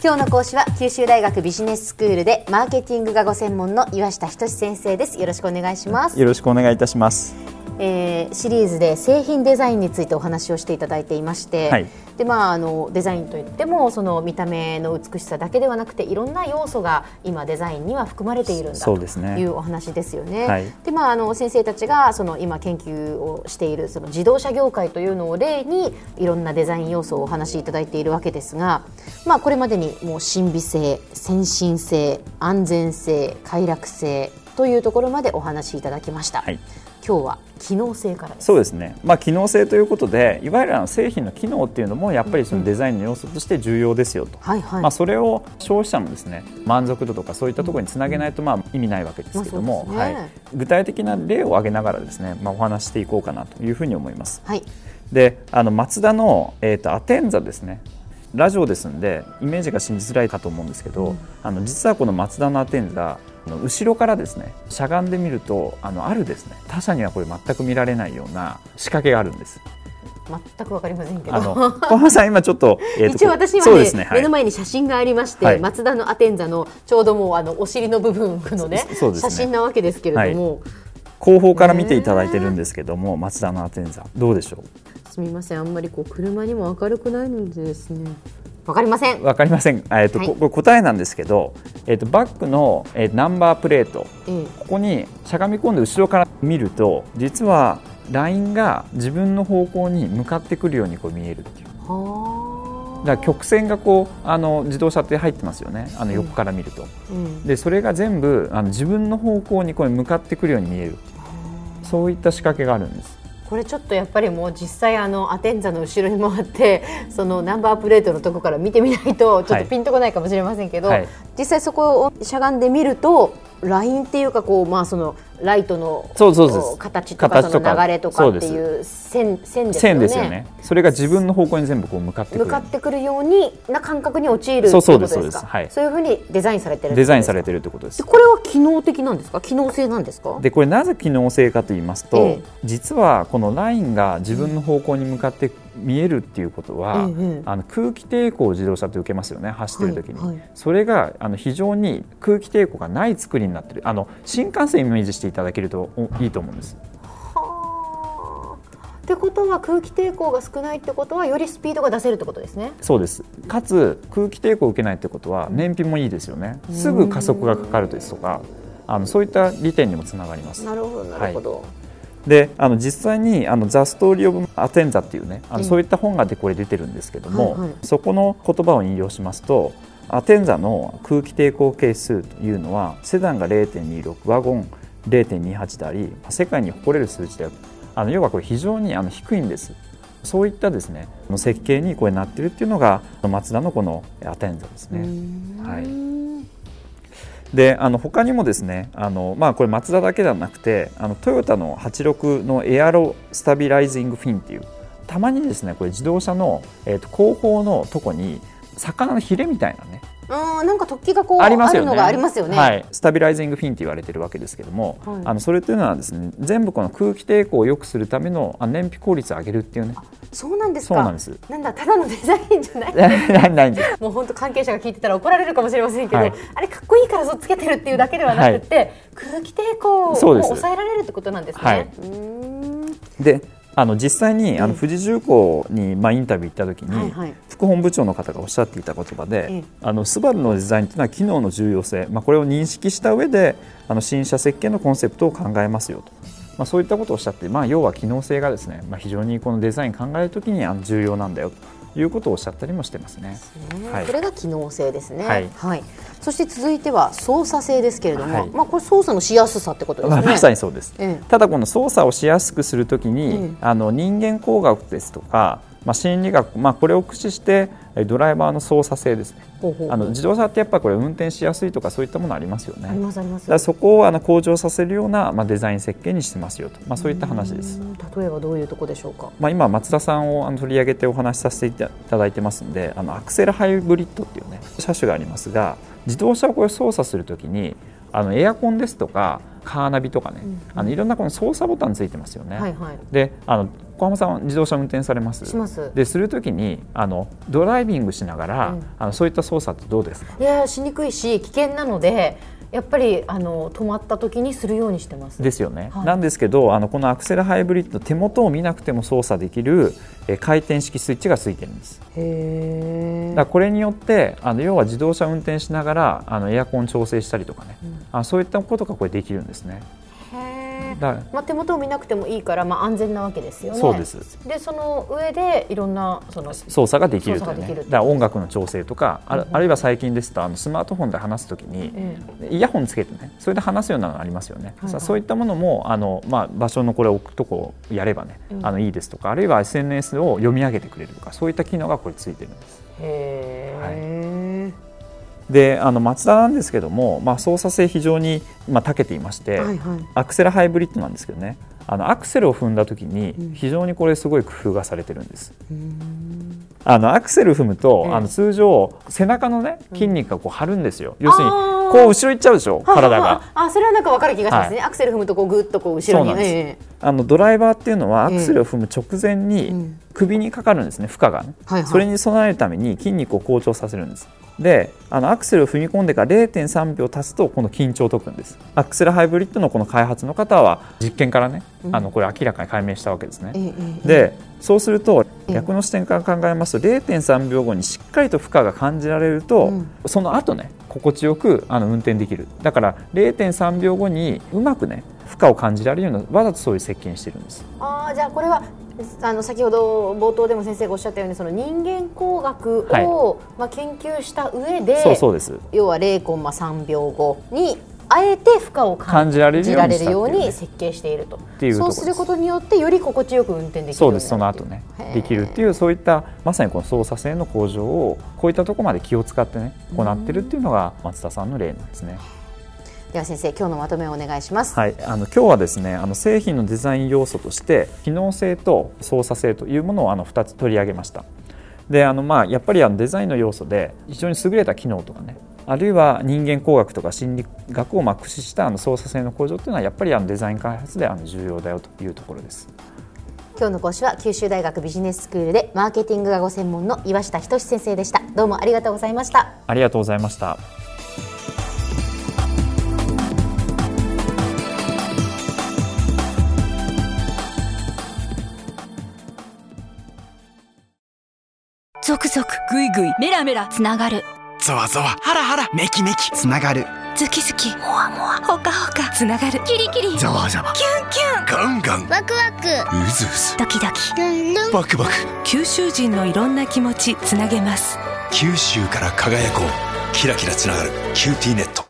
今日の講師は九州大学ビジネススクールでマーケティングがご専門の岩下仁先生です。よろしくお願いします。 よろしくお願いいたします。 シリーズで製品デザインについてお話をしていただいていまして、はい、でデザインといってもその見た目の美しさだけではなくていろんな要素が今デザインには含まれているんだというお話ですよね。はい、で先生たちがその今研究をしているその自動車業界というのを例にいろんなデザイン要素をお話しいただいているわけですが、これまでにもう審美性、先進性、安全性、快楽性というところまでお話しいただきました。はい、今日は機能性からです。 そうですね、機能性ということでいわゆる製品の機能っていうのもやっぱりそのデザインの要素として重要ですよと、それを消費者のですね満足度とかそういったところにつなげないと意味ないわけですけども、具体的な例を挙げながらですね、お話していこうかなというふうに思います。はい、でマツダの、アテンザですね。ラジオですんでイメージがしづらいかと思うんですけど、実はこのマツダのアテンザ後ろからですねしゃがんでみるとあるですね他社にはこれ全く見られないような仕掛けがあるんです。 全く分かりませんけど小浜さん今ちょっと、 一応私はね、目の前に写真がありまして、マツダのアテンザのちょうどもうお尻の部分のね写真なわけですけれども、 後方から見ていただいてるんですけども、マツダのアテンザどうでしょう。 すみません、あんまり車にも明るくないのでですねわかりません。 わかりません。これ答えなんですけど、バックの、ナンバープレート、ここにしゃがみ込んで後ろから見ると実はラインが自分の方向に向かってくるように見えるっていう。だから曲線が自動車って入ってますよね、横から見ると、でそれが全部自分の方向に向かってくるように見える、そういった仕掛けがあるんです。 これちょっとやっぱりもう実際アテンザの後ろに回ってそのナンバープレートのとこから見てみないとちょっとピンとこないかもしれませんけど、実際そこをしゃがんでみるとラインっていうかそのライトの形とかその流れとかっていう線ですよね。 それが自分の方向に全部向かってくるような感覚に陥るということですか。そういうふうにデザインされてるってことです。 これは機能的なんですか、機能性なんですか。 でこれなぜ機能性かと言いますと、実はこのラインが自分の方向に向かって見えるっていうことは、空気抵抗を自動車って受けますよね、走ってる時に、それが非常に空気抵抗がない作りになってる。新幹線をイメージしていただけるといいと思うんです。 ってことは空気抵抗が少ないってことはよりスピードが出せるってことですね。 そうです。かつ空気抵抗を受けないってことは燃費もいいですよね。すぐ加速がかかるですとかそういった利点にもつながります。 なるほどなるほど。 で実際にザ・ストーリー・オブ・アテンザっていうねそういった本がこれ出てるんですけども、そこの言葉を引用しますと、アテンザの空気抵抗係数というのはセダンが 0.26 ワゴン 0.28 であり世界に誇れる数値である。要はこれ非常に低いんです。そういったですね設計にこれなっているっていうのがマツダのこのアテンザですね。はい。で他にもですねこれマツダだけではなくてトヨタの86のエアロスタビライジングフィンっていう、たまにですねこれ自動車の、後方のとこに魚のヒレみたいなねなんか突起があるのがありますよね。 スタビライジングフィンと言われているわけですけども、それというのはですね全部この空気抵抗を良くするための燃費効率を上げるっていうね。 そうなんですか。 そうなんです。 なんだただのデザインじゃないないんです。 もう本当関係者が聞いてたら怒られるかもしれませんけど、あれかっこいいからつけてるっていうだけではなくて、空気抵抗を抑えられるってことなんですね。 で実際に富士重工にインタビュー行った時に、副本部長の方がおっしゃっていた言葉で、スバルのデザインというのは機能の重要性、これを認識した上で新車設計のコンセプトを考えますよと、そういったことをおっしゃって、要は機能性がですね、非常にこのデザイン考える時に重要なんだよということをおっしゃったりもしてますね。 これが機能性ですね。そして続いては操作性ですけれども、これ操作のしやすさってことですね。 まさにそうです。ただこの操作をしやすくするときに、人間工学ですとか、心理学、これを駆使してドライバーの操作性ですね。自動車ってやっぱりこれ運転しやすいとかそういったものありますよね。 ありますあります。 だからそこを向上させるようなデザイン設計にしてますよと、そういった話です。 例えばどういうところでしょうか。 今マツダさんを取り上げてお話しさせていただいてますので、アクセルハイブリッドっていうね車種がありますが、自動車をこれ操作するときにエアコンですとかカーナビとかね、いろんなこの操作ボタンついてますよね。で小浜さんは自動車運転されます？ します。 でするときにドライビングしながら、そういった操作ってどうですか？ いやしにくいし危険なのでやっぱり止まった時にするようにしてます。 ですよね、なんですけどこのアクセルハイブリッド、手元を見なくても操作できる回転式スイッチがついてるんです。 へだからこれによって要は自動車運転しながらエアコン調整したりとかね、そういったことがこれできるんですね。 手元を見なくてもいいから、安全なわけですよね。 そうです。 でその上でいろんな操作ができるというね。だから音楽の調整とか、あるいは最近ですとスマートフォンで話すときに、イヤホンつけてね、それで話すようなのがありますよね。そういったものも場所のこれ置くとこやればね、いいですとか、あるいは SNS を読み上げてくれるとか、そういった機能がこれついてるんです。でマツダなんですけども、操作性非常に長けていまして、アクセルハイブリッドなんですけどね、アクセルを踏んだ時に非常にこれすごい工夫がされてるんです。アクセル踏むと通常背中のね筋肉がこう張るんですよ。要するにこう後ろ行っちゃうでしょ、体が。 それはなんか分かる気がしますね。アクセル踏むとこうグッとこう後ろに。そうなんです。 ドライバーっていうのはアクセルを踏む直前に首にかかるんですね、負荷がね。それに備えるために筋肉を好調させるんです。でアクセルを踏み込んでから 0.3 秒経つとこの緊張を解くんです。アクセルハイブリッドのこの開発の方は実験からね、これ明らかに解明したわけですね。でそうすると逆の視点から考えますと 0.3 秒後にしっかりと負荷が感じられると、その後ね心地よく運転できる。だから 0.3 秒後にうまくね負荷を感じられるようなわざとそういう設計にしてるんです。 じゃあこれは先ほど冒頭でも先生がおっしゃったようにその人間工学を、研究した上で、 そうです。 要は 0.3 秒後にあえて負荷を感じられるように設計していると。そうすることによってより心地よく運転できるようになる。 そうです。その後ねできるっていう、そういったまさにこの操作性の向上をこういったところまで気を使ってね行ってるっていうのが松田さんの例なんですね。 では先生、今日のまとめをお願いします。 はい、今日はですね製品のデザイン要素として機能性と操作性というものを2つ取り上げました。でやっぱりデザインの要素で非常に優れた機能とかね、あるいは人間工学とか心理学を駆使した操作性の向上というのはやっぱりデザイン開発で重要だよというところです。 今日の講師は九州大学ビジネススクールでマーケティングがご専門の岩下仁先生でした。どうもありがとうございました。 ありがとうございました。 ゾクゾクグイグイメラメラつながる、 ゾワゾワハラハラメキメキつながる、 ズキズキモワモワホカホカつながる、キリキリザワザワキュンキュンガンガンワクワクウズウズドキドキルンルンバクバク、 九州人のいろんな気持ちつなげます。 九州から輝こう、キラキラつながるキューティーネット。